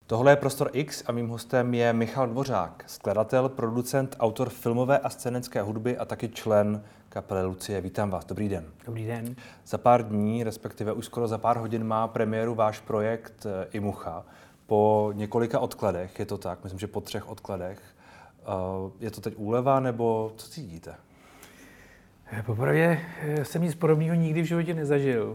Tohle je Prostor X a mým hostem je Michal Dvořák, skladatel, producent, autor filmové a scénické hudby a taky člen kapely Lucie. Vítám vás, dobrý den. Dobrý den. Za pár dní, respektive už skoro za pár hodin má premiéru váš projekt Imucha. Po několika odkladech, je to tak, myslím, že po 3 odkladech. Je to teď úleva, nebo co cítíte? Popravdě jsem nic podobného nikdy v životě nezažil.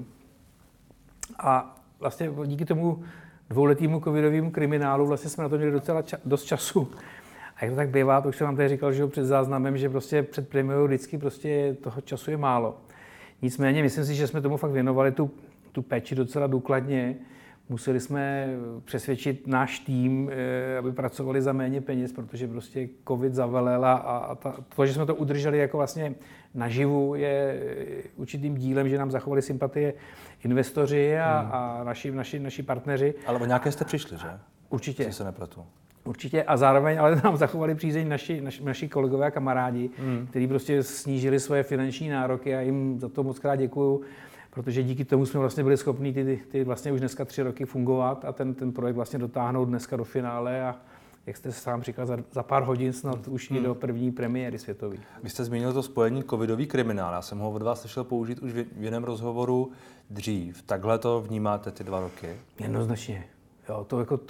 A vlastně díky tomu 2letému covidovému kriminálu vlastně jsme na to měli docela dost času. A jak to tak bývá, to už jsem vám tady říkal, že před záznamem, že prostě před premiérou vždycky prostě toho času je málo. Nicméně myslím si, že jsme tomu fakt věnovali tu péči docela důkladně. Museli jsme přesvědčit náš tým, aby pracovali za méně peněz, protože prostě covid zavelel a to, že jsme to udrželi jako vlastně naživu, je určitým dílem, že nám zachovali sympatie investoři a naši partneři. Ale o nějaké jste přišli, že? Určitě. Si se nepletu. Určitě a zároveň ale nám zachovali přízeň naši kolegové a kamarádi, kteří prostě snížili svoje finanční nároky a jim za to moc krát děkuju. Protože díky tomu jsme vlastně byli schopni ty vlastně už dneska 3 roky fungovat a ten projekt vlastně dotáhnout dneska do finále a jak jste sám říkal, za pár hodin snad už i do první premiéry světové. Vy jste zmínil to spojení covidový kriminál. Já jsem ho od vás slyšel použít už v jiném rozhovoru dřív. Takhle to vnímáte ty 2 roky? Jednoznačně. Jo,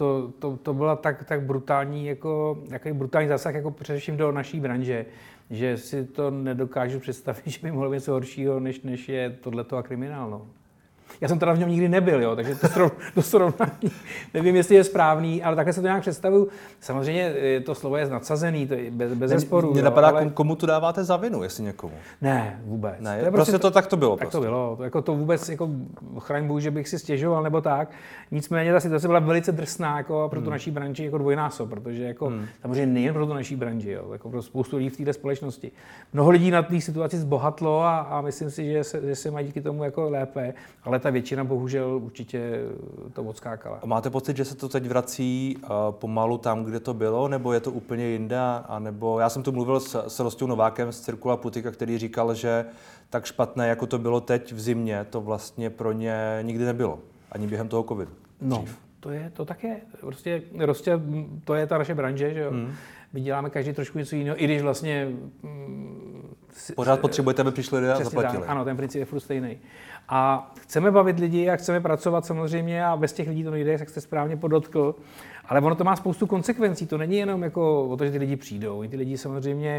to byla tak brutální, jako brutální zásah jako především do naší branže, že si to nedokážu představit, že by mohlo být něco horšího, než je tohleto a kriminál. No. Já jsem teda v něm nikdy nebyl, jo, takže to srovnání nevím, jestli je správný, ale takhle se to nějak představuju. Samozřejmě to slovo je nadsazený, to je bez zesporu. Mě napadá, ale komu tu dáváte za vinu, jestli někomu? Ne, vůbec. Ne, to prostě to tak to bylo. Tak to bylo. To vůbec, jako chraň Bůh, že bych si stěžoval nebo tak. Nicméně ta situace byla velice drsná jako pro tu naší branži jako dvojnásob, protože jako samozřejmě nejen pro tu naší branži, jo, jako pro spoustu lidí v této společnosti. Mnoho lidí na té situaci zbohatlo a myslím si, že se mají díky tomu jako lépe, ale ta většina bohužel určitě to odskákala. A máte pocit, že se to teď vrací pomalu tam, kde to bylo, nebo je to úplně jinde? A nebo já jsem tu mluvil s Rostou Novákem z Cirkula Putika, který říkal, že tak špatné, jako to bylo teď v zimě, to vlastně pro ně nikdy nebylo, ani během toho covidu. No, to tak je. Prostě to je ta naše branže, že jo. My děláme každý trošku něco jiného, i když vlastně pořád potřebujete, aby přišli lidé a zaplatili. Tak, ano, ten princip je furt stejný. A chceme bavit lidi a chceme pracovat samozřejmě a bez těch lidí to nejde, jak jste správně podotkl. Ale ono to má spoustu konsekvencí. To není jenom jako o to, že ty lidi přijdou. Ty lidi samozřejmě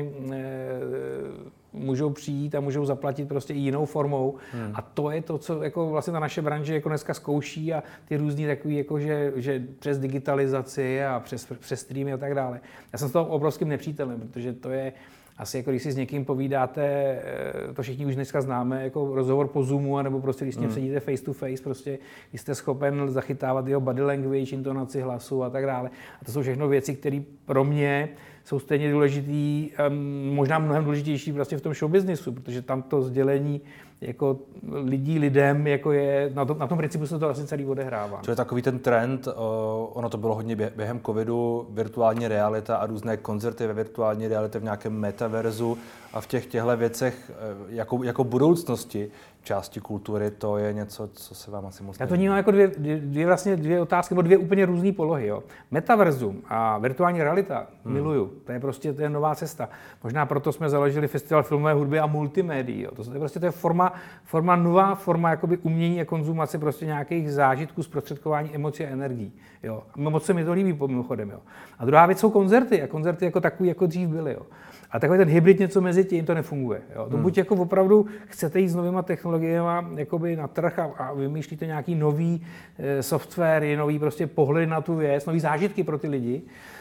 můžou přijít a můžou zaplatit prostě i jinou formou. A to je to, co jako vlastně ta naše branže jako dneska zkouší a ty různý takový, jako že přes digitalizaci a přes streamy a tak dále. Já jsem s toho obrovským nepřítelem, protože to je asi jako když si s někým povídáte, to všichni už dneska známe, jako rozhovor po Zoomu, anebo prostě když s ním sedíte face to face, prostě když jste schopen zachytávat jeho body language, intonaci hlasu a tak dále. A to jsou všechno věci, které pro mě jsou stejně důležitý, možná mnohem důležitější vlastně v tom showbiznisu, protože tam to sdělení jako lidem, jako je, na tom principu se to vlastně celý odehrává. To je takový ten trend, ono to bylo hodně během covidu, virtuální realita a různé koncerty ve virtuální realitě v nějakém metaverzu a v těchto věcech jako budoucnosti části kultury, to je něco, co se vám asi moc Já to vnímám jako dvě otázky, nebo 2 úplně různé polohy. Jo. Metaverzum a virtuální realita miluju. To je nová cesta. Možná proto jsme založili festival filmové hudby a multimédií. Jo. To je nová forma jakoby umění a konzumace prostě nějakých zážitků, zprostředkování emocí a energií. Jo. Moc se mi to líbí mimochodem. Jo. A druhá věc jsou koncerty. A koncerty jako takový, jako dřív byly. Jo. A takový ten hybrid něco mezi tím to nefunguje. Jo. To buď jako opravdu chcete jít s novýma technologiemi jakoby na trh a vymýšlíte nějaký nový software, nový prostě pohled na tu věc, nový zážitky pro ty lidi.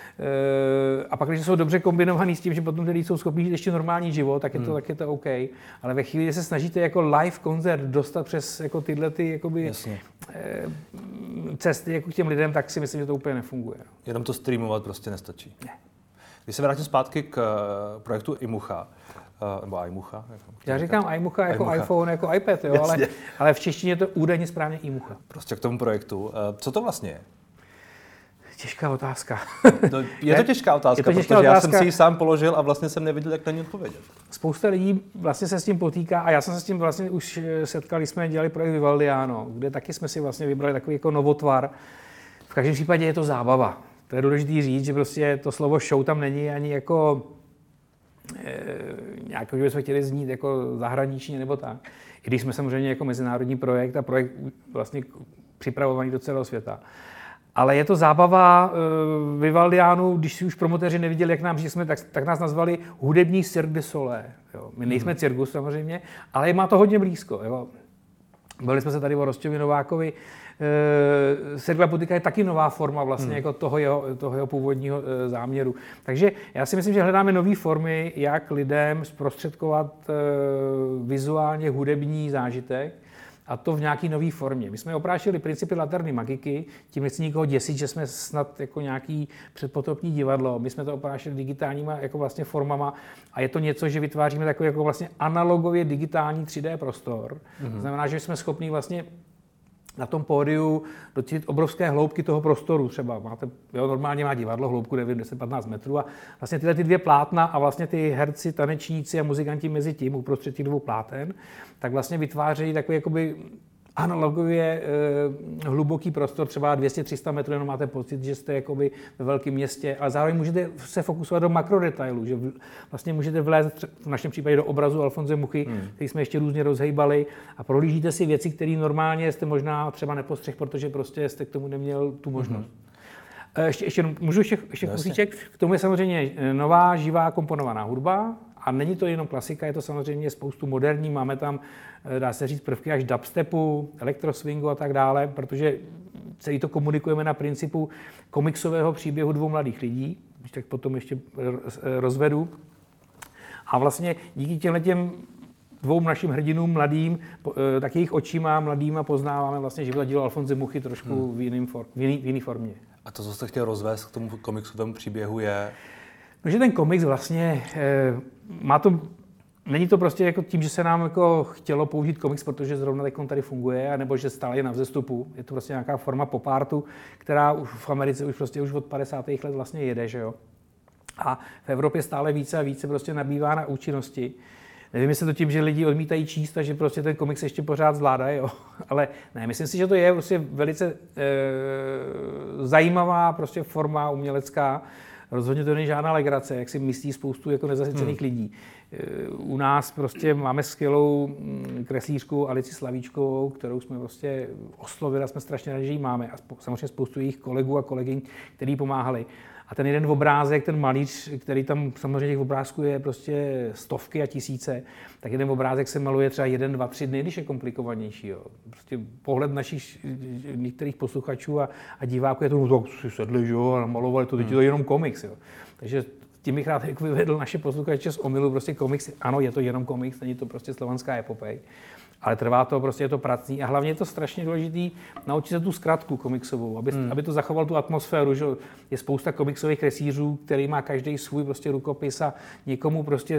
A pak, když jsou dobře kombinovaný s tím, že potom ty lidi jsou schopni žít ještě normální život, tak je to OK. Ale ve chvíli, kdy se snažíte jako live koncert dostat přes jako tyhle jakoby, cesty jako k těm lidem, tak si myslím, že to úplně nefunguje. Jenom to streamovat prostě nestačí. Ne. Když se vrátím zpátky k projektu Imucha, nebo iMucha. Já říkám iMucha jako iPhone, jako iPad, jo, ale v češtině je to údajně správně iMucha. Prostě k tomu projektu. Co to vlastně je? Těžká otázka. Je to těžká otázka, protože já jsem si ji sám položil a vlastně jsem nevěděl, jak na ní odpovědět. Spousta lidí vlastně se s tím potýká a já jsem se s tím vlastně už setkal, když jsme dělali projekt Vivaldiano, kde taky jsme si vlastně vybrali takový jako novotvar každém případě je to zábava. To je důležité říct, že prostě to slovo show tam není ani jako nějak, že bychom chtěli znít jako zahraničně nebo tak. I když jsme samozřejmě jako mezinárodní projekt a projekt vlastně připravovaný do celého světa. Ale je to zábava Vivaldiánů, když si už promotéři neviděli, jak nám jsme, tak nás nazvali hudební Cirque du Soleil. Jo. My nejsme cirkus samozřejmě, ale má to hodně blízko. Jo. Byli jsme se tady o Rostěvi Novákovi. Cirque la Putica je taky nová forma vlastně jako toho jeho původního záměru. Takže já si myslím, že hledáme nové formy, jak lidem zprostředkovat vizuálně hudební zážitek, a to v nějaké nové formě. My jsme oprášili principy laterny magiky, tím nechci nikoho děsit, že jsme snad jako nějaký předpotopní divadlo. My jsme to oprášili digitálníma jako vlastně formama a je to něco, že vytváříme takový jako vlastně analogově digitální 3D prostor. To znamená, že jsme schopni vlastně na tom pódiu docílit obrovské hloubky toho prostoru. Třeba normálně má divadlo hloubku 9, 10, 15 metrů a vlastně tyhle ty dvě plátna a vlastně ty herci, tanečníci a muzikanti mezi tím uprostřed těch dvou pláten, tak vlastně vytvářejí takový jakoby analogově hluboký prostor, třeba 200-300 metrů, jenom máte pocit, že jste jakoby ve velkém městě, ale zároveň můžete se fokusovat do makrodetailů, že vlastně můžete vlézt v našem případě do obrazu Alfonse Muchy, který jsme ještě různě rozhejbali a prohlížíte si věci, které normálně jste možná třeba nepostřeh, protože prostě jste k tomu neměl tu možnost. Můžu ještě kusíček? K tomu je samozřejmě nová, živá, komponovaná hudba. A není to jenom klasika, je to samozřejmě spoustu moderní. Máme tam, dá se říct, prvky až dubstepu, elektroswingu a tak dále, protože celý to komunikujeme na principu komiksového příběhu dvou mladých lidí, když tak potom ještě rozvedu. A vlastně díky těm dvou našim hrdinům mladým, tak jejich očima mladýma poznáváme vlastně život dílo Alfonse Muchy trošku v jiný formě. A to, co jste chtěl rozvést k tomu komiksovému příběhu, je... No, že ten komiks vlastně není to prostě jako tím, že se nám jako chtělo použít komiks, protože zrovna teď tady funguje, nebo že stále je na vzestupu. Je to prostě nějaká forma pop artu, která už v Americe už od 50. let vlastně jede, že jo. A v Evropě stále více a více prostě nabývá na účinnosti. Nevím, jestli to tím, že lidi odmítají číst a že prostě ten komiks ještě pořád zvládají, jo. Ale ne, myslím si, že to je prostě velice zajímavá prostě forma umělecká. Rozhodně to není žádná legrace, jak si myslí spoustu jako nezasycených lidí. U nás prostě máme skvělou kreslířku Alici Slavíčkovou, kterou jsme prostě oslovili a jsme strašně rádi, že ji máme. A samozřejmě spoustu jejich kolegů a kolegyň, kteří pomáhali. A ten jeden obrázek, ten malíř, který tam samozřejmě těch obrázků je prostě stovky a tisíce, tak jeden obrázek se maluje třeba 1, 2, 3 dny, když je komplikovanější. Jo. Prostě pohled našich některých posluchačů a diváků je to, no tak si sedli, že jo, a namalovali to, teď je to jenom komiks. Jo. Takže tím bych rád jako vyvedl naše posluchače z omylu, prostě komiks, ano, je to jenom komiks, není to prostě slovanská epopej. Ale trvá to, prostě je to pracný a hlavně je to strašně důležitý naučit se tu zkratku komiksovou, aby to zachoval tu atmosféru, že je spousta komiksových kreslířů, který má každý svůj prostě rukopis a někomu prostě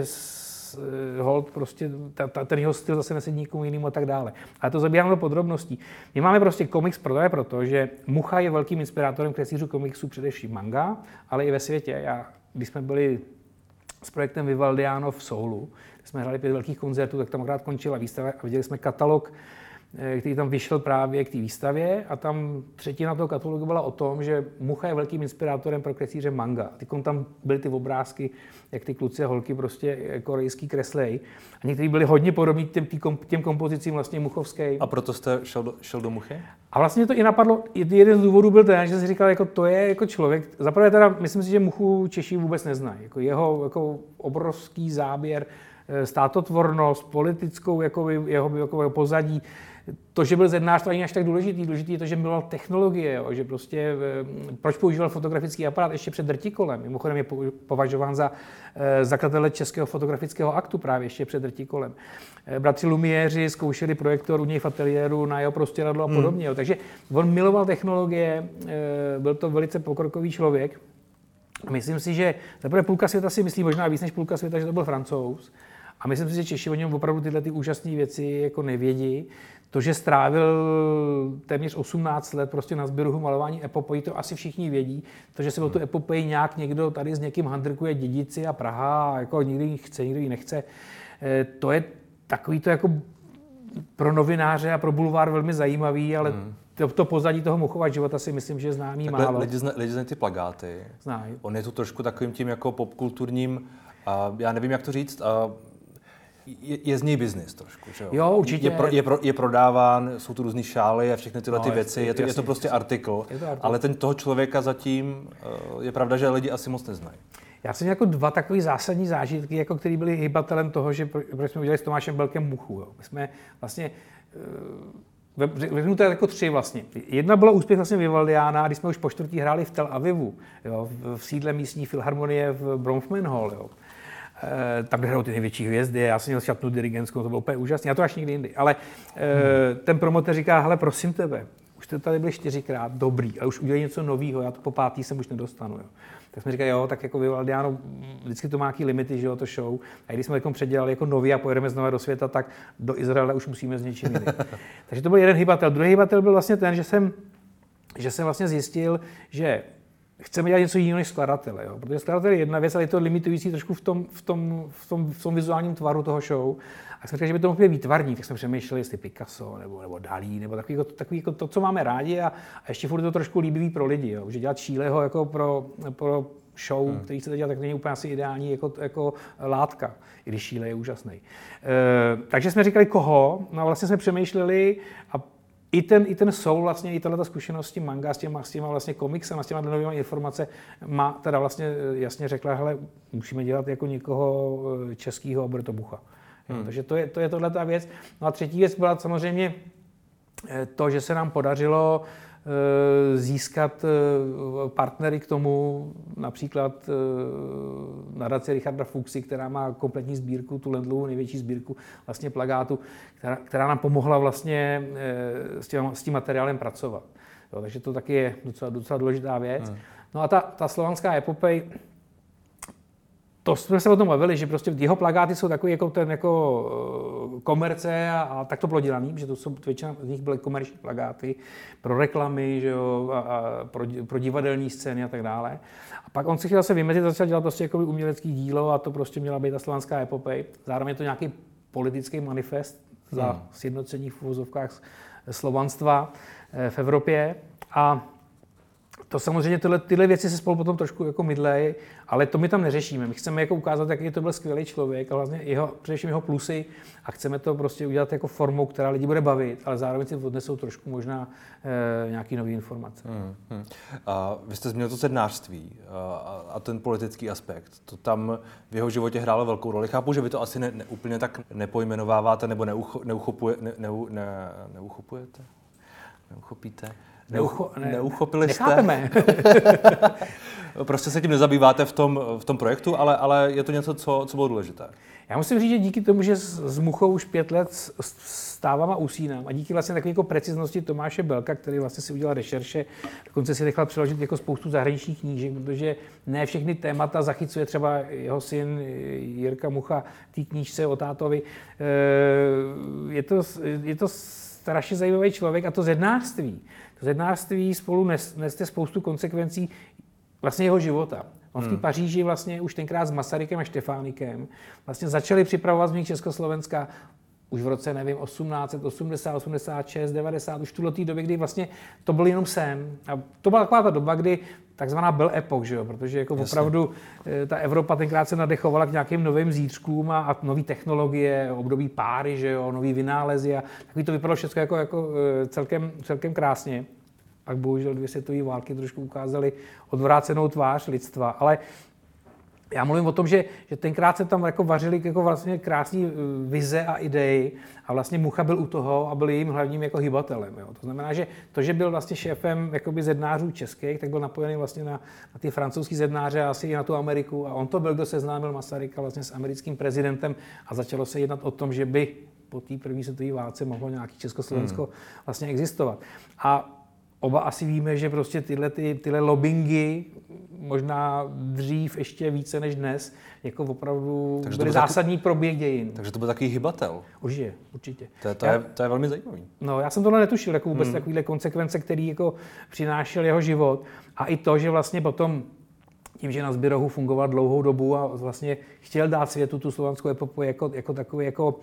hold, prostě ten jeho styl zase nesedí nikomu jinému a tak dále. Ale to zabíráme do podrobností. My máme prostě komiks proto, že Mucha je velkým inspirátorem kreslířů komiksů, především manga, ale i ve světě. Když jsme byli s projektem Vivaldiano v Soulu, jsme hráli 5 velkých koncertů, tak tam akorát končila výstava a viděli jsme katalog, který tam vyšel právě k té výstavě a tam třetina toho katalogu byla o tom, že Mucha je velkým inspirátorem pro kreslíře manga. Teď tam byly ty obrázky, jak ty kluci a holky prostě korejský kreslej. A někteří byli hodně podobní těm kompozicím vlastně muchovským. A proto jste šel do Muchy? A vlastně to i napadlo, jeden z důvodů byl ten, že si říkal, jako to je jako člověk. Zaprvé teda, myslím si, že Muchu Češi vůbec neznají. Jako jeho jako obrovský záběr, státotvornost, politickou jeho pozadí. To, že byl zednář, to není až tak důležitý. Důležitý je to, že miloval technologie, jo, že prostě proč používal fotografický aparát ještě před Drtikolem. Mimochodem je považován za zakladatele českého fotografického aktu právě ještě před Drtikolem. Bratři Lumiéři zkoušeli projektor u něj v ateliéru na jeho prostěradlo a podobně. Jo. Takže on miloval technologie, byl to velice pokrokový člověk. Myslím si, že zaprvé půlka světa si myslí, možná víc než půlka světa, že to byl Francouz. A myslím si, že Češi o něm opravdu tyhle ty úžasné věci jako nevědí. To, že strávil téměř 18 let prostě na sběru malování epopejí, to asi všichni vědí. To, že se o tu epopeji nějak někdo tady s někým handrkuje dědici a Praha, a jako nikdy ji chce, nikdy ji nechce, to je takový to jako pro novináře a pro bulvár velmi zajímavý, ale to pozadí toho Muchova života si myslím, že známý takhle málo. Lidi znají ty plakáty. Znají. On je tu trošku takovým tím jako popkulturním, já nevím, jak to říct, je z něj biznis trošku, že jo? Jo, určitě. Je prodáván, jsou tu různý šály a všechny tyhle ty věci, je to prostě artikl, ale toho člověka zatím je pravda, že lidi asi moc neznají. Já jsem měl jako 2 takový zásadní zážitky, jako který byly hybatelem toho, že proč jsme udělali s Tomášem Belkem Muchu. Jo. My jsme vlastně, řeknu to jako 3 vlastně. Jedna byla úspěch vlastně Vivaldiána, když jsme už po 4. hráli v Tel Avivu, jo, v sídle místní filharmonie v Bronfman Hall. Jo. Tam hrajou ty největší hvězdy, já jsem měl šatnu dirigentskou, to bylo úplně úžasné, já to až nikdy jindy. Ale ten promotor říká, hele, prosím tebe, už jste tady byli 4krát, dobrý, ale už udělej něco nového, já to po 5. sem už nedostanu. Jo. Tak jsme říkali, jo, tak jako Vivaldiano, vždycky to má nějaký limity, že jo, to show. A když jsme předělali jako nový a pojedeme znovu do světa, tak do Izraele už musíme s něčím jiným. Takže to byl jeden hybatel. Druhý hybatel byl vlastně ten, že jsem vlastně zjistil, že chceme dělat něco jiného než skladatele, jo? Protože skladatel je jedna věc, ale je to limitující trošku v tom vizuálním tvaru toho show. A jsme říkali, že by to mohlo být výtvarní, tak jsme přemýšleli, jestli Picasso nebo Dalí, nebo takový jako to, co máme rádi a ještě furt je to trošku líbivý pro lidi, jo? Že dělat Šíleho jako pro show, který chcete dělat, tak není úplně asi ideální jako látka, i když Šíle je úžasný. Takže jsme říkali, koho, no a vlastně jsme přemýšleli a i ten soul, vlastně i tato zkušenost s tím manga, s těma vlastně komiksem a s těma novými informace má teda vlastně jasně řekla, hele, musíme dělat jako někoho českého a bude to Mucha. Takže to je tohle ta věc. No a třetí věc byla samozřejmě to, že se nám podařilo získat partnery k tomu, například nadace Richarda Fuchsy, která má kompletní sbírku, tu Lendlovou největší sbírku vlastně plakátu, která nám pomohla vlastně s tím materiálem pracovat. Jo, takže to taky je docela důležitá věc. No a ta slovanská epopej, to jsme se o tom bavili, že prostě jeho plakáty jsou takový jako ten jako komerce a tak to bylo dělaný, že to jsou většina z nich byly komerční plakáty pro reklamy, že jo, a pro divadelní scény a tak dále. A pak on si chtěl se vymezit, začal dělat prostě jako umělecký dílo a to prostě měla být ta slovanská epopej. Zároveň je to nějaký politický manifest za sjednocení v uvozovkách slovanstva v Evropě a to samozřejmě tyhle věci se spolu potom trošku jako mydlejí, ale to my tam neřešíme. My chceme jako ukázat, jaký to byl skvělý člověk a vlastně především jeho plusy a chceme to prostě udělat jako formou, která lidi bude bavit, ale zároveň si odnesou trošku možná nějaký nový informace. Vy jste zmínil to sednářství a ten politický aspekt. To tam v jeho životě hrálo velkou roli. Chápu, že vy to asi úplně tak nepojmenováváte nebo neuchopujete? Neuchopíte? Neuchopili jste? Nechápeme. Prostě se tím nezabýváte v tom projektu, ale je to něco, co bylo důležité. Já musím říct, že díky tomu, že s Muchou už 5 let stávám a usínám a díky vlastně takové jako preciznosti Tomáše Belka, který vlastně si udělal rešerše, dokonce si nechal přeložit jako spoustu zahraničních knížek, protože ne všechny témata zachycuje třeba jeho syn Jirka Mucha v té knížce o tátovi. Je to strašně zajímavý člověk a to zednářství. To zednářství spolu neste spoustu konsekvencí vlastně jeho života. On v té Paříži vlastně už tenkrát s Masarykem a Štefánikem vlastně začali připravovat vznik Československa už v roce, nevím, 1880, 86, 90, už v tuhle době, kdy vlastně to byl jenom sen. A to byla taková ta doba, kdy takzvaná Belle Epoque, že jo? Protože jako opravdu ta Evropa tenkrát se nadechovala k nějakým novým zítřkům a nový technologie, období páry, že jo? Nový vynálezy a takový to vypadalo všechno jako celkem krásně. Pak bohužel 2 světové války trošku ukázaly odvrácenou tvář lidstva, ale já mluvím o tom, že tenkrát se tam jako vařily jako vlastně krásné vize a idei a vlastně Mucha byl u toho a byl jejím hlavním jako hybatelem. Jo. To znamená, že to, že byl vlastně šéfem jakoby zednářů českých, tak byl napojený vlastně na ty francouzský zednáře a asi i na tu Ameriku a on to byl, kdo seznámil Masaryka vlastně s americkým prezidentem a začalo se jednat o tom, že by po té první světové válce mohlo nějaký Československo vlastně existovat. A oba asi víme, že prostě tyhle lobbingy, možná dřív ještě více než dnes, jako opravdu byly zásadní pro běh dějin. Takže to byl takový hybatel. Určitě. To je velmi zajímavý. No, já jsem tohle netušil, jako vůbec takovýhle konsekvence, který jako přinášel jeho život. A i to, že vlastně potom tím, že na Zbirohu fungoval dlouhou dobu a vlastně chtěl dát světu tu slovanskou epopeu jako takový jako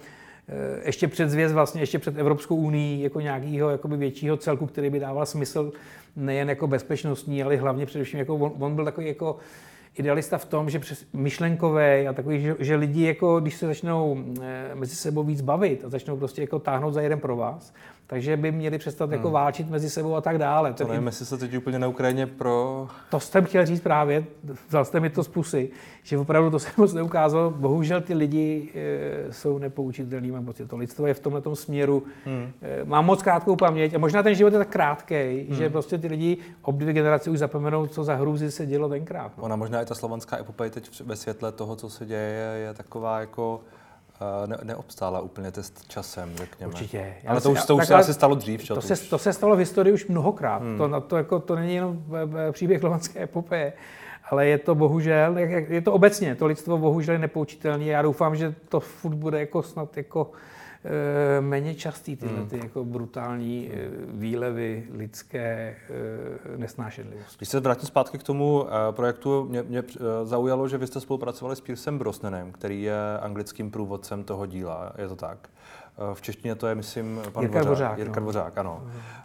ještě před zvěst, vlastně ještě před Evropskou unii, jako nějakého jakoby většího celku, který by dával smysl nejen jako bezpečnostní, ale hlavně především jako on byl takový jako idealista v tom, že myšlenkový a takový, že lidi, jako, když se začnou mezi sebou víc bavit a začnou prostě jako táhnout za jeden pro vás, takže by měli přestat jako válčit mezi sebou a tak dále. To nevím, jestli se teď úplně na Ukrajině pro... To jsem chtěl říct právě, vzal jste mi to z pusy, že opravdu to se moc neukázalo. Bohužel ty lidi jsou nepoučitelní, mám pocit. To lidstvo je v tomhletom směru. Mám moc krátkou paměť a možná ten život je tak krátkej, že prostě ty lidi obdvě generace už zapomenou, co za hrůzy se dělo tenkrát. No. Ona možná i ta slovanská epopej teď ve světle toho, co se děje, je taková jako... neobstála úplně test časem, řekněme. Určitě. Ale to už se asi stalo dřív. To se stalo v historii už mnohokrát. To není jenom příběh slovanské epopeje, ale je to bohužel, je to obecně, to lidstvo bohužel je nepoučitelné. Já doufám, že to furt bude jako snad jako méně častý tyhle ty jako brutální výlevy lidské nesnášenlivosti. Když se vrátím zpátky k tomu projektu, mě zaujalo, že vy jste spolupracovali s Piercem Brosnanem, který je anglickým průvodcem toho díla, je to tak? V češtině to je, myslím, pan Jirka Dvořák, ano.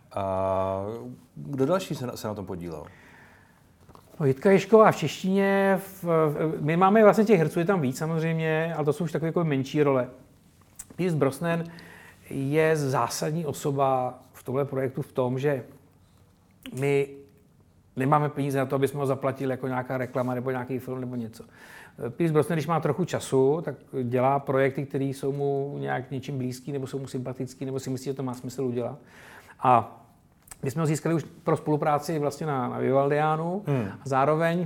Kdo další se na tom podílel? No, Jitka Ježková v češtině, my máme vlastně těch herců je tam víc samozřejmě, ale to jsou už takové jako menší role. Pierce Brosnan je zásadní osoba v tomhle projektu v tom, že my nemáme peníze na to, aby jsme ho zaplatili jako nějaká reklama nebo nějaký film nebo něco. Pierce Brosnan, když má trochu času, tak dělá projekty, které jsou mu nějak něčím blízký nebo jsou mu sympatický nebo si myslí, že to má smysl udělat. A my jsme ho získali už pro spolupráci vlastně na Vivaldiánu a zároveň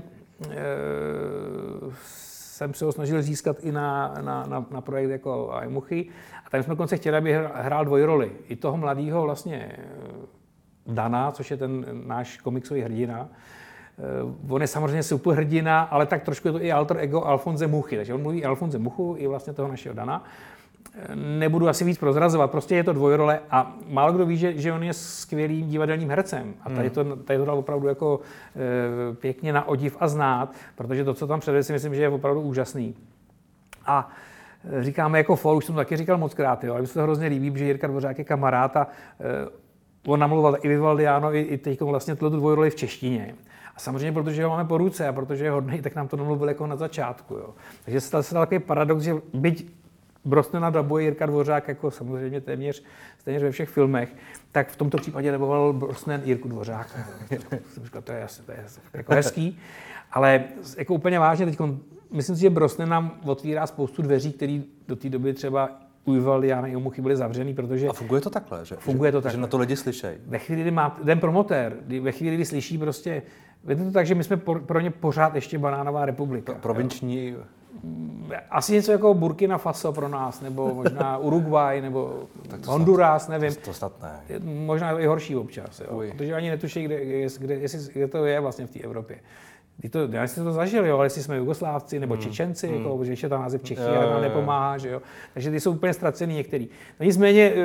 jsem se ho snažil získat i na projekt jako Aimuchy. A tam jsme dokonce chtěli, aby hrál dvojroli. I toho mladého vlastně Dana, což je ten náš komiksový hrdina. On je samozřejmě superhrdina, ale tak trošku je to i alter ego Alfonse Muchy. Takže on mluví Alfonse Muchu i vlastně toho našeho Dana. Nebudu asi víc prozrazovat, prostě je to dvojrole a málo kdo ví, že on je skvělým divadelním hercem. A tady to dal opravdu jako pěkně na odiv a znát, protože to, co tam předvedl, si myslím, že je opravdu úžasný. A říkáme jako fol, už jsem to taky říkal mockrát, ale mi se to hrozně líbí, že Jirka Dvořák je kamarád a on namluval i Vivaldiano, i teď vlastně tuto dvojroli v češtině. A samozřejmě, protože ho máme po ruce a protože je hodný, tak nám to namluvil jako na začátku. Jo. Takže se stal takový paradox, že byť Brosnana dabuje Jirka Dvořák, jako samozřejmě téměř ve všech filmech, tak v tomto případě daboval Brosnan Jirku Dvořáka. To je jako hezký, ale jako úplně vážně teď, myslím si, že Brosnan nám otvírá spoustu dveří, které do té doby třeba u Vivaldiána i u Muchy byly zavřený, protože... A funguje to takhle, že? Funguje to takhle. Že na to lidi slyšejí. Ve chvíli, kdy má ten promotér, ve chvíli, kdy slyší prostě... Víte to tak, že my jsme pro ně pořád ještě banánová republika. Provinční... Asi něco jako Burkina Faso pro nás, nebo možná Uruguay, nebo Honduras, nevím. To snad ne. Možná i horší občas, jo. Protože ani netuší, kde to je vlastně v té Evropě. Já jsem to zažil, jo, ale jestli jsme Jugoslávci nebo Čečenci, jako, protože ještě tam název Čechy, ale nám nepomáhá, že jo. Takže ty jsou úplně ztracený některý. No nicméně,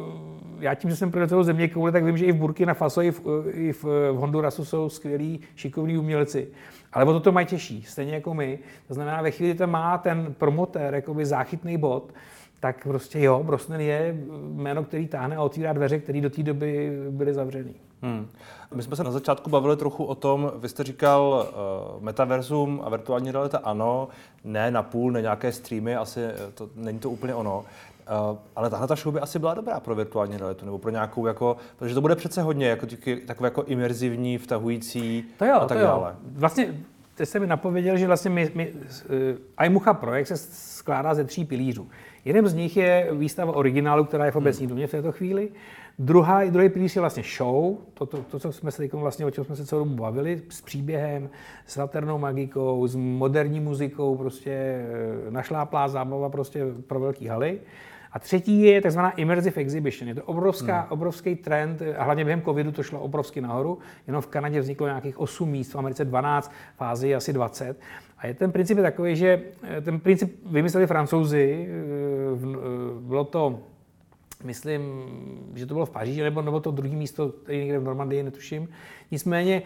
já tím, že jsem pro celou země kouli, tak vím, že i v Burkina Faso, i v Hondurasu jsou skvělí, šikovní umělci. Ale o to mají těžší, stejně jako my. To znamená, ve chvíli, kdy tam má ten promotér jakoby záchytný bod, tak prostě jo, Brosnan je jméno, který táhne a otvírá dveře, které do té doby byly zavřený. My jsme se na začátku bavili trochu o tom, vy jste říkal metaverzum a virtuální realita ano, ne napůl, ne nějaké streamy, asi není to úplně ono. Ale tahle ta show by asi byla dobrá pro virtuální realitu, nebo pro nějakou, jako, protože to bude přece hodně jako, takové jako imerzivní, vtahující a tak dále. Vlastně teď jste mi napověděl, že vlastně Aimucha projekt se skládá ze 3 pilířů. Jeden z nich je výstava originálu, která je v Obecní domě v této chvíli. Druhý pilíř je vlastně show, to co jsme se vlastně, o čem jsme se celou dobu bavili, s příběhem, s laternou magikou, s moderní muzikou, prostě našláplá zábava prostě pro velký haly. A třetí je takzvaná immersive exhibition. Je to obrovský trend, a hlavně během covidu to šlo obrovsky nahoru. Jenom v Kanadě vzniklo nějakých 8 míst, v Americe 12, v Ázii asi 20. A ten princip je takový, že ten princip vymysleli Francouzi, bylo to, myslím, že to bylo v Paříži, nebo to druhé místo, tady někde v Normandii, netuším. Nicméně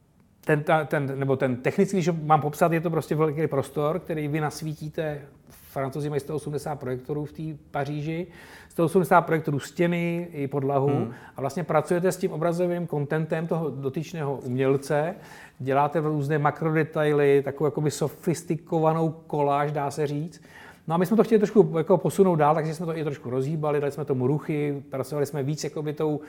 ten technický, když mám popsat, je to prostě velký prostor, který vy nasvítíte Francouzi mají 180 projektorů v té Paříži, 180 projektorů stěny i podlahu a vlastně pracujete s tím obrazovým contentem toho dotyčného umělce, děláte různé makrodetaily, takovou jakoby sofistikovanou koláž, dá se říct. No a my jsme to chtěli trošku jako posunout dál, takže jsme to i trošku rozhýbali, dali jsme tomu ruchy, pracovali jsme víc jakoby tou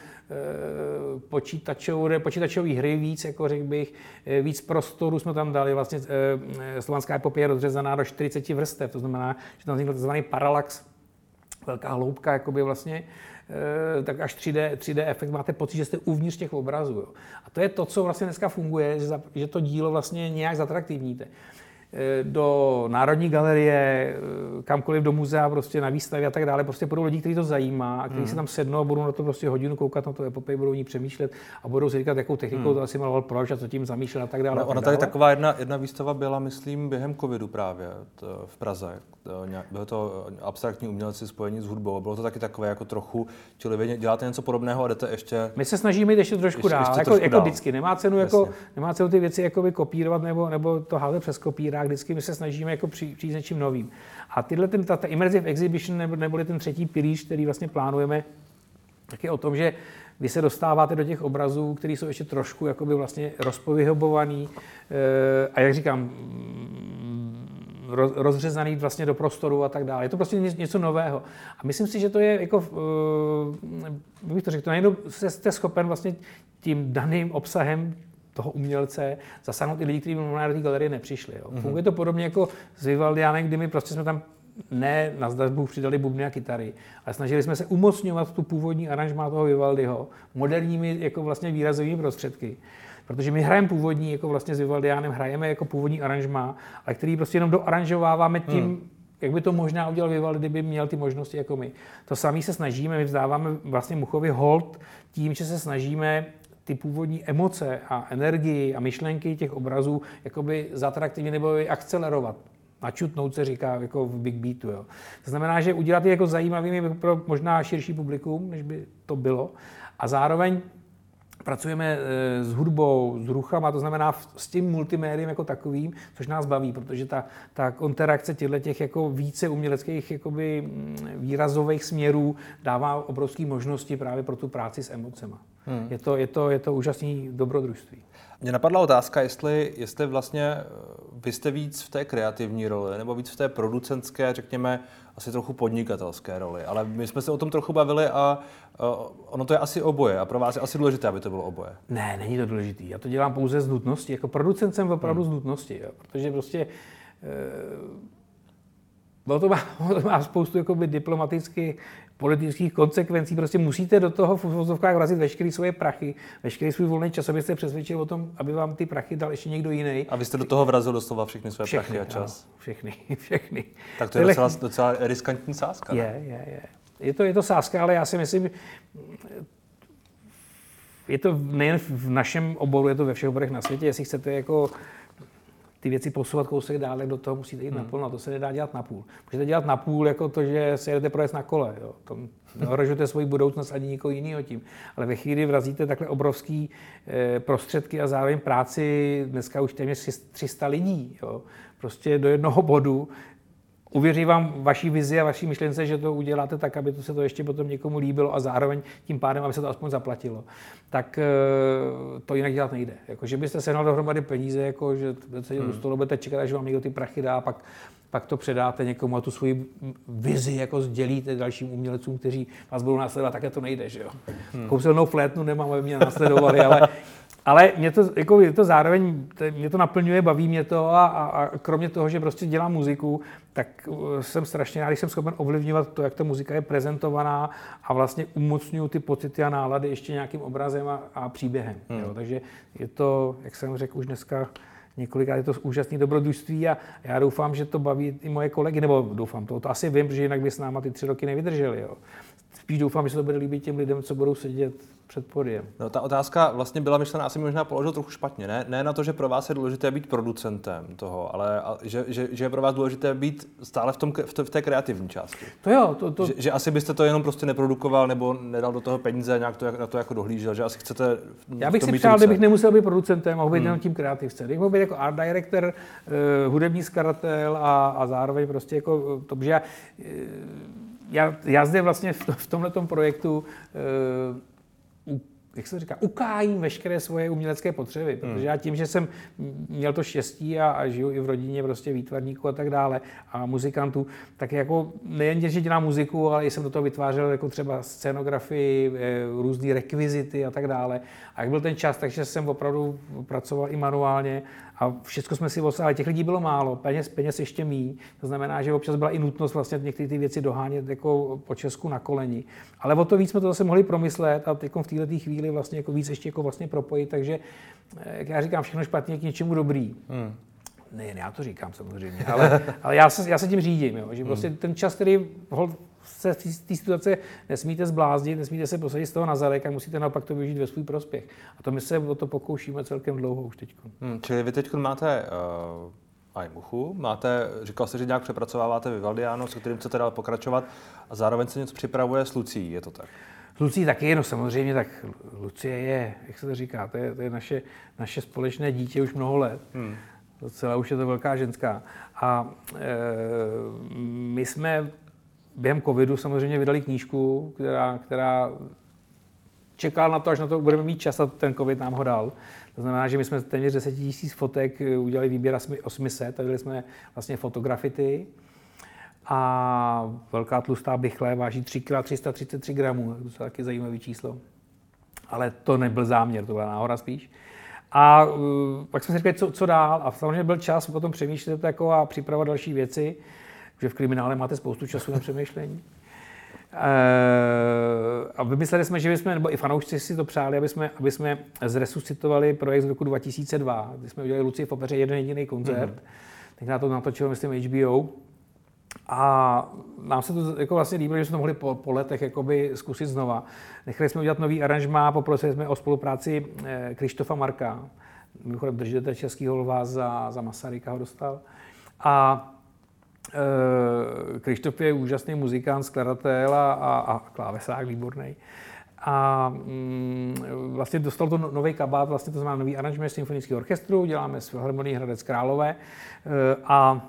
počítačové hry víc, jako řekl bych, víc prostoru jsme tam dali, vlastně slovanská epopej je rozřezaná do 40 vrstev, to znamená, že tam vznikl tzv. Paralax, velká hloubka, jakoby vlastně, tak až 3D efekt, máte pocit, že jste uvnitř těch obrazů. Jo. A to je to, co vlastně dneska funguje, že to dílo vlastně nějak zatraktivníte. Do Národní galerie, kamkoliv do muzea, prostě na výstavě a tak dále, prostě budou lidi, kteří to zajímá a kteří si tam sednou a budou na to prostě hodinu koukat na to epopej, budou ní přemýšlet a budou si říkat, jakou technikou to asi maloval proč a co tím zamýšlel a tak dále. No, ona tady taková jedna výstava byla, myslím, během covidu právě v Praze. Bylo to abstraktní umělci spojení s hudbou. Bylo to taky takové jako trochu, čili vy děláte něco podobného a jdete ještě... My se snažíme jít ještě trošku dál, jako vždycky. Nemá cenu ty věci jakoby kopírovat nebo to házet přes kopírák. Vždycky my se snažíme jako přijít s něčím novým. A ta immersive exhibition neboli ten třetí pilíř, který vlastně plánujeme, tak je o tom, že vy se dostáváte do těch obrazů, které jsou ještě trošku jakoby vlastně rozpovyhobovaný a jak říkám, rozřezaný vlastně do prostoru a tak dále. Je to prostě něco nového. A myslím si, že to je jako, bych to řekl, to najednou jste schopen vlastně tím daným obsahem toho umělce zasáhnout i lidi, kteří na té galerii nepřišli. Jo. Funguje to podobně jako s Vivaldiánem, kdy my prostě jsme tam ne na zdařbu přidali bubny a kytary, ale snažili jsme se umocňovat tu původní aranžmá toho Vivaldiho moderními jako vlastně výrazovými prostředky. Protože my hrajeme původní, jako vlastně s Vivaldiánem hrajeme jako původní aranžmá, ale který prostě jenom doaranžováváme tím, jak by to možná udělal Vivaldi, kdyby měl ty možnosti jako my. To samé se snažíme, my vzdáváme vlastně Muchovi hold tím, že se snažíme ty původní emoce a energii a myšlenky těch obrazů jakoby zatraktivně nebo akcelerovat. Načutnout se říká jako v Big Beatu. Jo. To znamená, že udělat je jako zajímavými pro možná širší publikum, než by to bylo. A zároveň pracujeme s hudbou, s ruchama, to znamená s tím multimédiem jako takovým, což nás baví, protože ta interakce těchto jako více uměleckých jakoby výrazových směrů dává obrovské možnosti právě pro tu práci s emocema. Je to úžasný dobrodružství. Mně napadla otázka, jestli vlastně vy jste víc v té kreativní roli, nebo víc v té producentské, řekněme, asi trochu podnikatelské roli. Ale my jsme se o tom trochu bavili a ono to je asi oboje. A pro vás je asi důležité, aby to bylo oboje. Ne, není to důležité. Já to dělám pouze z nutnosti. Jako producent jsem opravdu z nutnosti. Jo. Protože prostě to má spoustu jakoby diplomatických, politických konsekvencí. Prostě musíte do toho v uvozovkách vrazit veškeré svoje prachy, veškerý svůj volný čas, abyste přesvědčil o tom, aby vám ty prachy dal ještě někdo jiný. A vy jste do toho vrazil doslova všechny své prachy a čas. Ano, všechny. Tak to je docela riskantní sázka. Je. Je to sázka, ale já si myslím, je to nejen v našem oboru, je to ve všech oborech na světě. Jestli chcete jako ty věci posouvat kousek dál, tak do toho musíte jít naplno. A to se nedá dělat napůl. Můžete dělat napůl jako to, že se jedete projet na kole. Jo. To neohrožujete svoji budoucnost ani nikoho jiného tím. Ale ve chvíli vrazíte takhle obrovský prostředky a zároveň práci, dneska už téměř 300 lidí, jo. Prostě do jednoho bodu. Uvěří vám vaší vizi a vaší myšlence, že to uděláte tak, aby to se to ještě potom někomu líbilo a zároveň tím pádem, aby se to aspoň zaplatilo. Tak to jinak dělat nejde. Jako, že byste sehnal dohromady peníze, jako, že se u stolu budete čekat, až vám někdo ty prachy dá, pak to předáte někomu a tu svoji vizi jako sdělíte dalším umělcům, kteří vás budou následovat, také to nejde, že jo. Kouselnou flétnu nemám, aby mě následovali, ale mě to zároveň, mě to naplňuje, baví mě to a kromě toho, že prostě dělám muziku, tak jsem strašně rád, když jsem schopen ovlivňovat to, jak ta muzika je prezentovaná a vlastně umocňuju ty pocity a nálady ještě nějakým obrazem a příběhem. Jo. Takže je to, jak jsem řekl už dneska, několikrát je to úžasné dobrodružství a já doufám, že to baví i moje kolegy, nebo doufám, to asi vím, protože jinak by s náma ty 3 roky nevydrželi. Jo. spíš doufám, že se to bude líbit těm lidem, co budou sedět před podiem. No, ta otázka vlastně byla myšlená, asi možná položil trochu špatně. Ne na to, že pro vás je důležité být producentem toho, ale že je pro vás důležité být stále v té kreativní části. To jo. Že asi byste to jenom prostě neprodukoval nebo nedal do toho peníze, nějak na to jako dohlížel, že asi chcete. Já bych si přál, kdybych nemusel být producentem, mohl být jenom tím kreativcem. Kdybych mohl být jako art director, hudební skladatel a zároveň prostě jako to, že já zde vlastně v tomhletom projektu jak se to říká, ukájím veškeré svoje umělecké potřeby, protože já tím, že jsem měl to štěstí a žiju i v rodině prostě výtvarníků a tak dále a muzikantů, tak jako nejen, že dělám muziku, ale i jsem do toho vytvářel jako třeba scenografii, různé rekvizity a tak dále. A jak byl ten čas, takže jsem opravdu pracoval i manuálně a všechno jsme si ale těch lidí bylo málo, peněz ještě míň. To znamená, že občas byla i nutnost vlastně některé ty věci dohánět jako po Česku na koleni. Ale o to víc jsme to zase mohli promyslet a v této chvíli vlastně jako víc ještě jako vlastně propojit, takže jak já říkám, všechno špatně k něčemu dobrý. Ne, já to říkám samozřejmě, ale já se tím řídím, jo, že prostě ten čas, který se z té situace nesmíte zbláznit, nesmíte se posadit z toho na zadek a musíte naopak to využít ve svůj prospěch. A to my se o to pokoušíme celkem dlouho už teď. Čili vy teď máte Aimuchu, říkal jste, že nějak přepracováváte Vivaldiano, se kterým chcete dál pokračovat a zároveň se něco připravuje s Lucí, je to tak? S Lucí taky, no samozřejmě, tak Lucie je, jak se to říká, to je naše společné dítě už mnoho let. Docela už je to velká ženská. A my jsme během covidu samozřejmě vydali knížku, která čekala na to, až na to budeme mít čas a ten covid nám ho dal. To znamená, že my jsme téměř 10 000 fotek udělali výběr 800 a dali jsme vlastně fotografity. A velká tlustá bychle váží 3 kg 333 gramů, to je taky zajímavý číslo. Ale to nebyl záměr, to byla náhoda spíš. A pak jsme si říkali, co dál. A samozřejmě byl čas potom přemýšlet jako a připravovat další věci, že v kriminále máte spoustu času na přemýšlení. A vymysleli jsme, že bychom, nebo i fanoušci si to přáli, aby jsme zresuscitovali projekt z roku 2002, kdy jsme udělali Lucii v opeře jeden jediný koncert. Tenkrát to natočilo, myslím, HBO. A nám se to jako vlastně líbilo, že jsme to mohli po letech jakoby zkusit znova. Nechali jsme udělat nový aranžmá, poprosili jsme o spolupráci Krištofa Marka, mimochodem držitel Českého lva za Masaryka ho dostal. A Krištof je úžasný muzikant, skladatel a klávesák výborný. A vlastně dostal to nový kabát, vlastně to znamená nový aranžmá symfonického orchestru, děláme s Filharmonií Hradec Králové a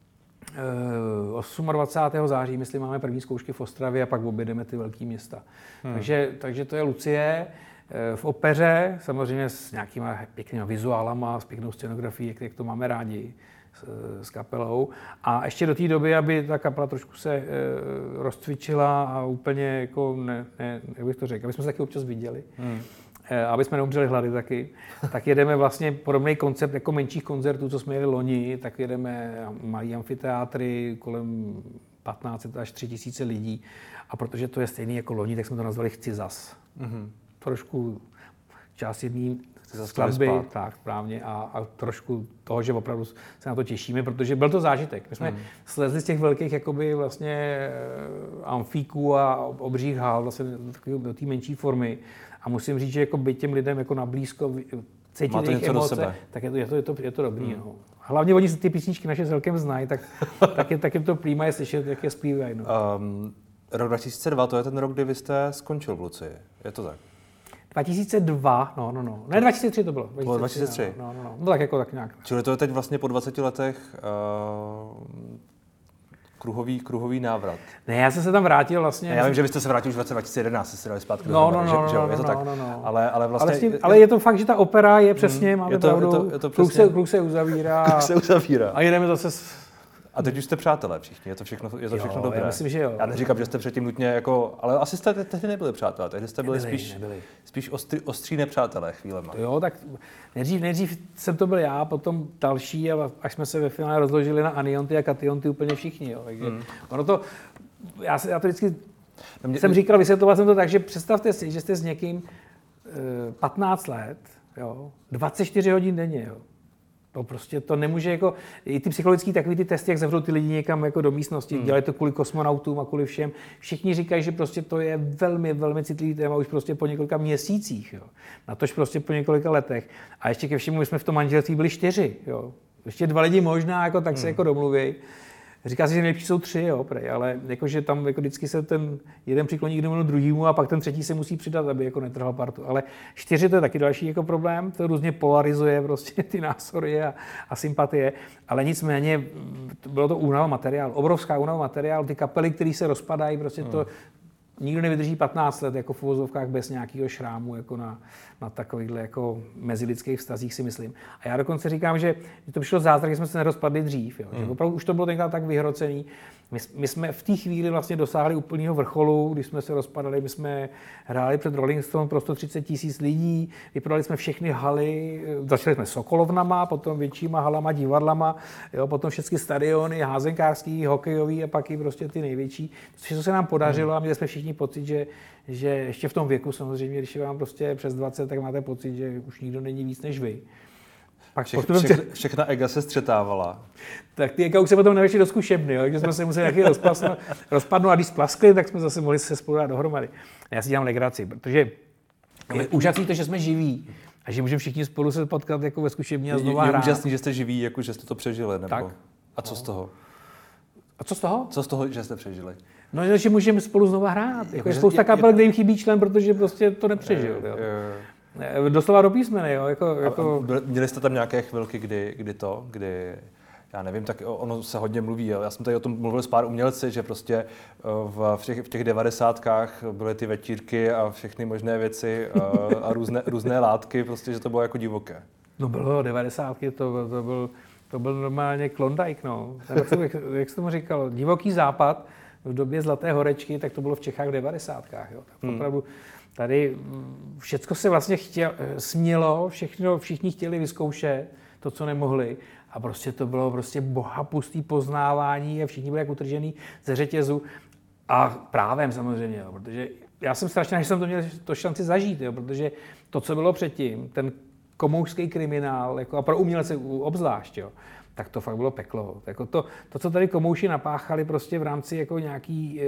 28. září, myslím, máme první zkoušky v Ostravě a pak objedeme ty velké města. Takže to je Lucie v opeře, samozřejmě s nějakýma pěknýma vizuálama, s pěknou scenografií, jak to máme rádi, s kapelou. A ještě do té doby, aby ta kapela trošku se rozcvičila a úplně jako, jak bych to řekl, aby jsme se taky občas viděli. Aby jsme neumřeli hlady taky, tak jedeme vlastně podobný koncept jako menších koncertů, co jsme jeli loni, tak jedeme malý amfiteátry kolem 15 až 3000 lidí. A protože to je stejný jako loni, tak jsme to nazvali Chci zas. Trošku část jedný skladby, tak správně, a trošku toho, že opravdu se na to těšíme, protože byl to zážitek. My jsme slezli z těch velkých jakoby vlastně amfíků a obřích hal vlastně do té menší formy. A musím říct, že jako být těm lidem jako nablízko, cítit jejich emoce, tak je to dobrý. No. Hlavně oni ty písničky naše celkem znají, tak je to prýma je slyšet, jak je zpívají. No. Rok 2002, to je ten rok, kdy vy jste skončil v Lucii, je to tak? 2002, no. Ne, 2003 to bylo. 2003? No tak jako tak nějak. Čili to je teď vlastně po 20 letech kruhový návrat. Ne, já jsem se tam vrátil vlastně. Já vím, že byste se vrátil už v roce 2011, jste se dali zpátky do Znamená, je to tak. Ale vlastně... Ale je to fakt, že ta opera je přesně, máme pravdu, je to kruh se uzavírá. A jedeme zase A teď už jste přátelé všichni, je to všechno dobré. Já myslím, že jo. Já neříkám, že jste předtím nutně jako, ale asi jste tehdy nebyli přátelé, tehdy jste byli spíš ostří nepřátelé chvílema. Jo, tak nejdřív jsem to byl já, potom další, a až jsme se ve finále rozložili na anionty a kationty úplně všichni, jo. Takže ono to, já to vždycky jsem říkal, vysvětloval jsem to tak, že představte si, že jste s někým 15 let, jo, 24 hodin denně, jo. To prostě to nemůže jako, i ty psychologický takový ty testy, jak zavřou ty lidi někam jako do místnosti, dělají to kvůli kosmonautům a kvůli všem. Všichni říkají, že prostě to je velmi, velmi citlivý téma už prostě po několika měsících, jo. Natož prostě po několika letech. A ještě ke všemu, my jsme v tom manželství byli 4, jo. Ještě 2 lidi možná, jako tak se jako domluví. Říká se, že nejlepší jsou 3, jo, prej, ale jakože tam jako vždycky se ten jeden přikloní k jednomu druhému a pak ten třetí se musí přidat, aby jako netrhal partu. Ale 4 to je taky další jako problém, to různě polarizuje prostě ty názory a sympatie, ale nicméně bylo to únava materiálu, obrovská únava materiálu, ty kapely, které se rozpadají, prostě to nikdo nevydrží 15 let jako v uvozovkách bez nějakého šrámu jako na takovýchhle jako mezilidských vztazích, si myslím. A já dokonce říkám, že to přišlo zázrak, že jsme se nerozpadli dřív. Jo. Že opravdu už to bylo tenkrát tak vyhrocený. My jsme v té chvíli vlastně dosáhli úplného vrcholu, když jsme se rozpadali, my jsme hráli před Rolling Stone pro 130 000 lidí, vyprodali jsme všechny haly, začali jsme Sokolovnama, potom většíma halama, divadlama, jo, potom všechny stadiony, házenkářský, hokejový a pak i prostě ty největší. Všechno se nám podařilo a měli jsme všichni pocit, že ještě v tom věku samozřejmě, když je vám prostě přes 20, tak máte pocit, že už nikdo není víc než vy. Všechna ega se střetávala. Tak ty ega už se potom nevešli do zkušebny, jo? Takže jsme se museli nějaký rozpadnout a když splaskli, tak jsme zase mohli se spolu dát dohromady. Já si dělám legraci, protože je úžasný to, že jsme živí a že můžeme všichni spolu se potkat jako ve zkušebně a znova hrát. Je úžasný, že jste živí, jako že jste to přežili, nebo? Tak. A co z toho? A co z toho? Co z toho, že jste přežili? No, že můžeme spolu znova hrát. Jako je spousta kapel, kde jim chybí člen, protože prostě to nepřežil. Jo. Doslova do písmene, jo. Jako... Měli jste tam nějaké chvilky, kdy já nevím, tak ono se hodně mluví. Jo. Já jsem tady o tom mluvil s pár umělci, že prostě v těch 90kách byly ty večírky a všechny možné věci a různé látky, prostě, že to bylo jako divoké. No bylo 90ky, to byl normálně Klondike, no. Jak jsi tomu říkal, divoký západ v době Zlaté horečky, tak to bylo v Čechách v 90kách, jo. Opravdu tady všecko se vlastně smělo, všichni chtěli vyzkoušet to, co nemohli. A prostě to bylo prostě bohapustý poznávání a všichni byli jak utržený ze řetězu. A právem samozřejmě, jo, protože já jsem strašně, že jsem to měl to šanci zažít, jo, protože to, co bylo předtím, ten komoušský kriminál, jako a pro umělce obzvlášť, jo, tak to fakt bylo peklo. Jako to, co tady komouši napáchali prostě v rámci jako nějaký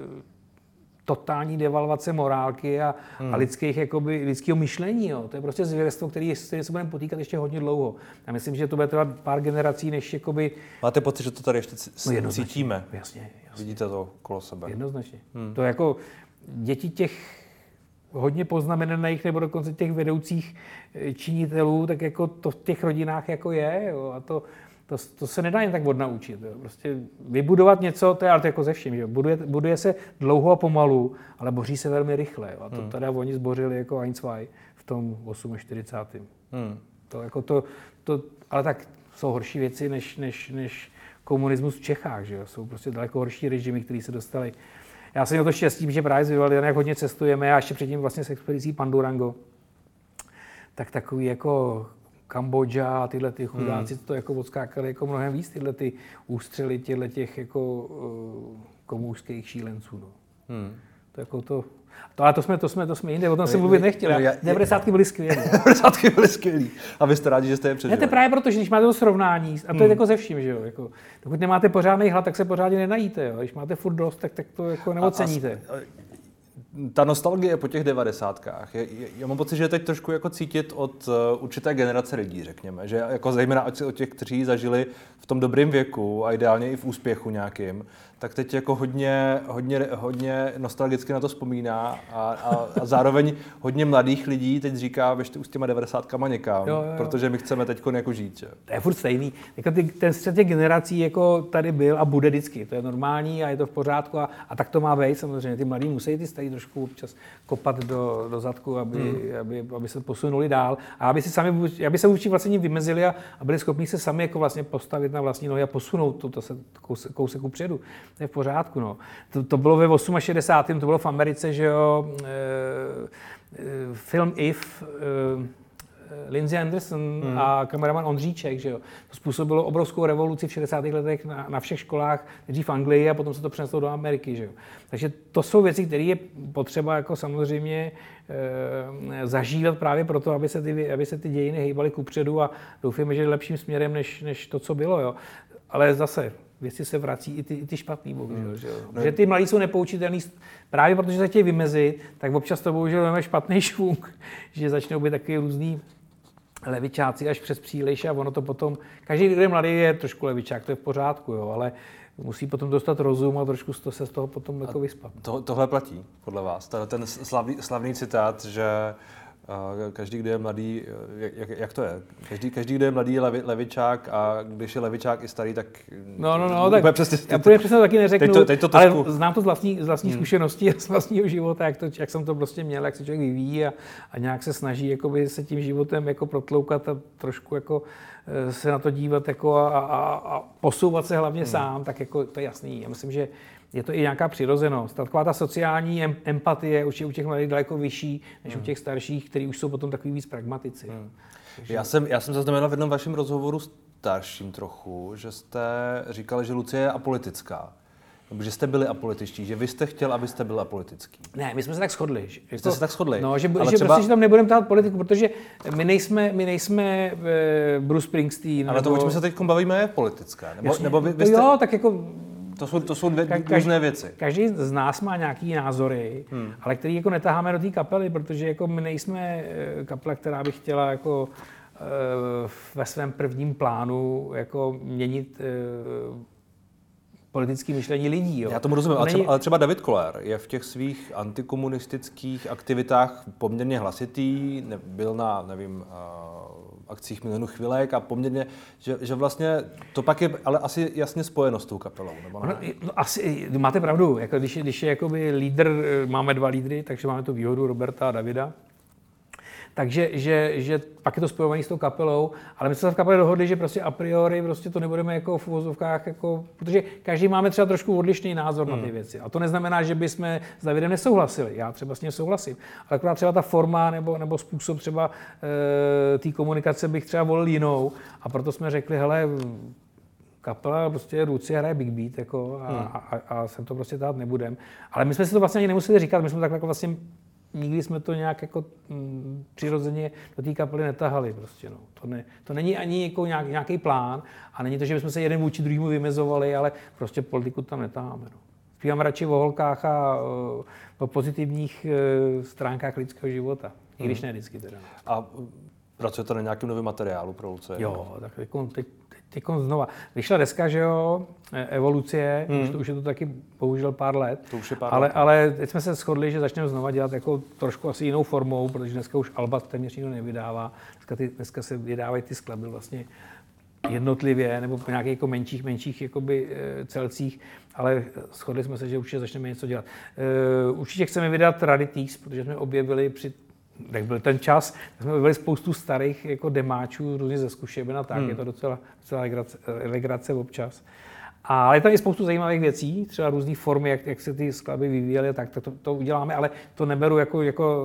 totální devalvace morálky a lidského myšlení. Jo. To je prostě zvěrstvo, které se budeme potýkat ještě hodně dlouho. Já myslím, že to bude trvat pár generací, než jakoby... Máte pocit, že to tady ještě cítíme? Jasně. Vidíte to okolo sebe? Jednoznačně. To jako děti těch hodně poznamenaných nebo dokonce těch vedoucích činitelů, tak jako to v těch rodinách jako je. Jo. A to se nedá jen tak odnaučit. Jo. Prostě vybudovat něco, to je ale to jako ze vším. Že? Buduje se dlouho a pomalu, ale boří se velmi rychle. Jo. A to teda oni zbořili jako Einzwei v tom 48. Ale tak jsou horší věci než komunismus v Čechách. Že jo. Jsou prostě daleko horší režimy, které se dostaly. Já jsem měl to štěstí, že právě s Vivaldianem, jak hodně cestujeme a ještě předtím vlastně s expedicí Pandurango, tak takový jako Kambodža a tyhle ty chudáci to jako odskákali jako mnohem víc, tyhle ty ústřely těch jako komoušských šílenců. No. To jako ale to jsme jinde, o tom jsem mluvit nechtěl. 90ky byly skvělé. 90ky byly skvělý. A vy jste rádi, že jste je přežili. Ne, to je právě proto, že když máte to srovnání, a to je jako ze vším, že jo. Jako, pokud nemáte pořádný hlad, tak se pořádně nenajíte. Jo. Když máte furt dost, tak to jako neoceníte. Ta nostalgie po těch 90kách, já mám pocit, že je teď trošku jako cítit od určité generace lidí, řekněme, že jako zejména od těch, kteří zažili v tom dobrém věku a ideálně i v úspěchu nějakým, tak teď jako hodně nostalgicky na to vzpomíná a zároveň hodně mladých lidí teď říká, běžte už s těma 90kama někam, jo. Protože my chceme teď jako žít. Že? To je furt stejný. Jako ten střet těch generací jako tady byl a bude vždycky. To je normální a je to v pořádku a tak to má být samozřejmě. Ty mladí musí ty starý trošku občas kopat do zadku, aby se posunuli dál a aby se vůči vlastně vymezili a byli schopni se sami jako vlastně postavit na vlastní nohy a posunout to se kousek upředu. To je v pořádku, no. To bylo ve 68. To bylo v Americe, že jo, film If, Lindsay Anderson a kameraman Ondříček, že jo. To způsobilo obrovskou revoluci v 60. letech na všech školách, nejdřív v Anglii a potom se to přeneslo do Ameriky, že jo. Takže to jsou věci, které je potřeba jako samozřejmě zažívat právě proto, aby se ty dějiny hýbaly kupředu a doufujeme, že lepším směrem, než to, co bylo, jo. Ale zase věci se vrací i ty špatný, bohužel, že jo. Že ty mladí jsou nepoučitelný právě protože se chtějí vymezit, tak občas to bohužel máme špatný švung, že začnou být takový různý levičáci až přes příliš a ono to potom, každý, kdo je mladý, je trošku levičák, to je v pořádku, jo, ale musí potom dostat rozum a trošku se z toho potom jako vyspat. Tohle platí, podle vás, ten slavný citát, že každý, kdo je mladý, jak to je? Každý, kdo je mladý, je levičák a když je levičák i starý, tak... No, tak já přesně to taky neřeknu, teď to ale znám to z vlastní zkušenosti, z vlastního života, jak jsem to prostě měl, jak se člověk vyvíjí a nějak se snaží jakoby, se tím životem jako protloukat a trošku jako se na to dívat jako a posouvat se hlavně sám, tak jako to je jasný. Já myslím, že je to i nějaká přirozenost. Taková ta sociální empatie už je u těch mladých daleko vyšší, než u těch starších, kteří už jsou potom takový víc pragmatici. Takže... Já jsem zaznamenal v jednom vašem rozhovoru starším trochu, že jste říkali, že Lucie je apolitická. Nebo že jste byli apolitičtí, že vy jste chtěl, abyste byl apolitický. Ne, my jsme se tak shodli. Jste se tak shodli? No, že prostě, že tam nebudeme tát politiku, protože my nejsme Bruce Springsteen. Ale to, o čem se teď bavíme, je politická. Nebo vy jste... Jo, tak jako... To jsou různé věci. Každý z nás má nějaký názory, ale který jako netaháme do té kapely, protože jako my nejsme kapela, která by chtěla jako ve svém prvním plánu jako měnit politické myšlení lidí. Jo. Já tomu rozumím, ale třeba David Koller je v těch svých antikomunistických aktivitách poměrně hlasitý, byl na, nevím, akcích Milionu chvilek a poměrně, že vlastně to pak je ale asi jasně spojeno s tou kapelou, nebo ne? No, asi, máte pravdu, jako když je jakoby lídr, máme dva lídry, takže máme tu výhodu Roberta a Davida. Takže že pak je to spojované s tou kapelou, ale my jsme se v kapele dohodli, že prostě a priori prostě to nebudeme jako v uvozovkách, jako, protože každý máme třeba trošku odlišný názor na ty věci. A to neznamená, že bychom s Davidem nesouhlasili. Já třeba s ním souhlasím. Ale akorát třeba ta forma nebo způsob třeba té komunikace bych třeba volil jinou. A proto jsme řekli, hele, kapela prostě Lucie hraje Big Beat jako, a sem to prostě dát nebudem. Ale my jsme si to vlastně ani nemuseli říkat, my jsme tak jako vlastně nikdy jsme to nějak jako přirozeně do té kapely netahali prostě, no. To není ani jako nějaký plán a není to, že bychom se jeden vůči druhému vymezovali, ale prostě politiku tam netaháme, no. Zpíváme radši o holkách a o pozitivních stránkách lidského života, i když ne vždycky teda. A pracujete na nějakém novém materiálu pro Lucie? Jo, tak teď znova. Vyšla deska, že jo, Evoluce, už je to taky bohužel pár let. To už je pár let. Ale teď jsme se shodli, že začneme znova dělat jako trošku asi jinou formou, protože dneska už alba téměř nikdo nevydává. Dneska se vydávají ty skladby vlastně jednotlivě nebo po nějakých jako menších jakoby, celcích, ale shodli jsme se, že určitě začneme něco dělat. Určitě chceme vydat Rarities, protože jsme objevili tak byl ten čas, tak jsme objevili spoustu starých jako demáčů různě ze zkušeben a tak, je to docela legrace občas. Ale je tam i spoustu zajímavých věcí, třeba různé formy, jak se ty skladby vyvíjely, tak to uděláme, ale to neberu jako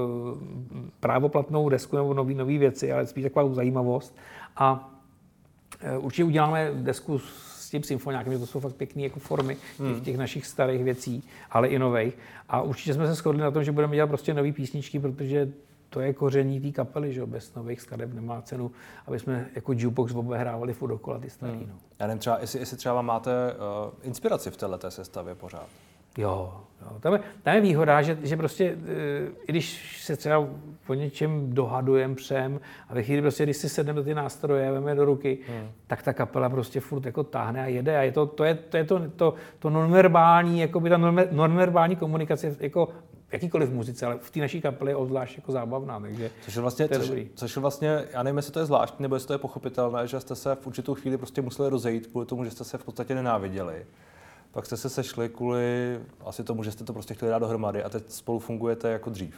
právoplatnou desku nebo nový věci, ale spíš takovou zajímavost. A určitě uděláme desku s tím symfoniákem, že to jsou fakt pěkné jako formy těch našich starých věcí, ale i nových. A určitě jsme se shodli na tom, že budeme dělat prostě nový písničky, protože to je koření té kapely, že bez nových skladeb nemá cenu, aby jsme jako jukebox obehrávali furt dokola ty starý. No. Já nevím, třeba, jestli třeba máte inspiraci v této sestavě pořád. Jo. Tam je výhoda, že prostě, i když se třeba o něčem dohadujeme přem a ve chvíli prostě, když si sedneme do ty nástroje, veme do ruky, tak ta kapela prostě furt jako táhne a jede. A je to je nonverbální, jakoby ta nonverbální komunikace jako jakýkoliv muzice, ale v té naší kapele je obzvlášť jako zábavná, takže což vlastně, já nevím, jestli to je zvláštní, nebo jestli to je pochopitelné, že jste se v určitou chvíli prostě museli rozejít kvůli tomu, že jste se v podstatě nenáviděli. Pak jste se sešli kvůli asi tomu, že jste to prostě chtěli dát dohromady a teď spolu fungujete jako dřív.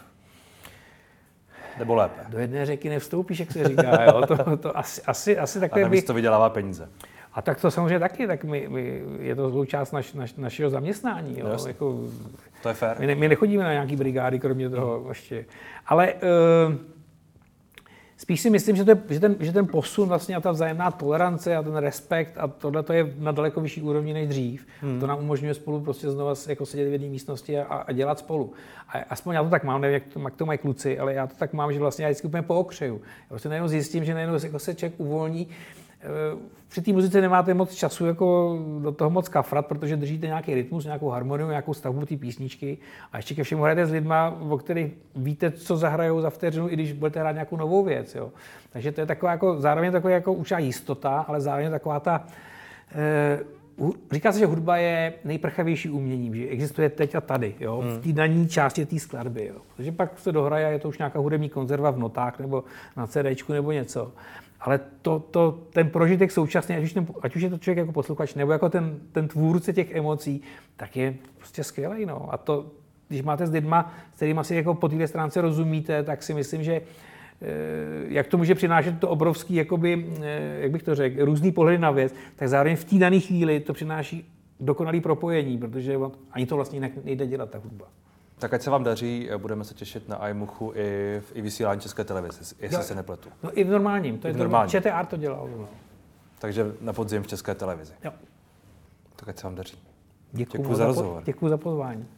Nebo lépe. Do jedné řeky nevstoupíš, jak se říká, jo? To asi takové. A navíc to vydělává peníze. A tak to samozřejmě taky, tak je to součást našeho zaměstnání. Jo? Jako, to je fér. My nechodíme na nějaký brigády, kromě toho ještě. Ale Spíš si myslím, že ten posun vlastně a ta vzájemná tolerance a ten respekt a tohle to je na daleko vyšší úrovni než dřív. To nám umožňuje spolu prostě znova jako sedět v jedné místnosti a dělat spolu. A aspoň já to tak mám, nevím, jak to mají kluci, ale já to tak mám, že vlastně já vždycky úplně pookřeju. Já prostě najednou zjistím, že najednou jako se člověk uvolní. Při té muzice nemáte moc času jako do toho moc kafrat, protože držíte nějaký rytmus, nějakou harmonii, nějakou stavbu té písničky a ještě ke všemu hrajete s lidma, o kterých víte, co zahrajou za vteřinu, i když budete hrát nějakou novou věc. Jo. Takže to je taková jako, zároveň taková jako určitá jistota, ale zároveň taková ta... Říká se, že hudba je nejprchavější uměním, že existuje teď a tady, jo, v té dané části té skladby. Jo. Takže pak se dohraje a je to už nějaká hudební konzerva v notách nebo na CDčku nebo něco. Ale ten prožitek současný, ať už je to člověk jako posluchač, nebo jako ten tvůrce těch emocí, tak je prostě skvělej. No. A to, když máte s lidma, s kterými si jako po této stránce rozumíte, tak si myslím, že jak to může přinášet to obrovský, jakoby, jak bych to řekl, různý pohledy na věc, tak zároveň v té dané chvíli to přináší dokonalý propojení, protože ani to vlastně nejde dělat, ta hudba. Tak ať se vám daří, budeme se těšit na iMuchu i vysílání České televize, jestli se nepletu. No i v normálním, to je normální. ČTR to dělal. No. Takže na podzim v České televizi. Jo. Tak ať se vám daří. Děkuji za rozhovor. Děkuji za pozvání.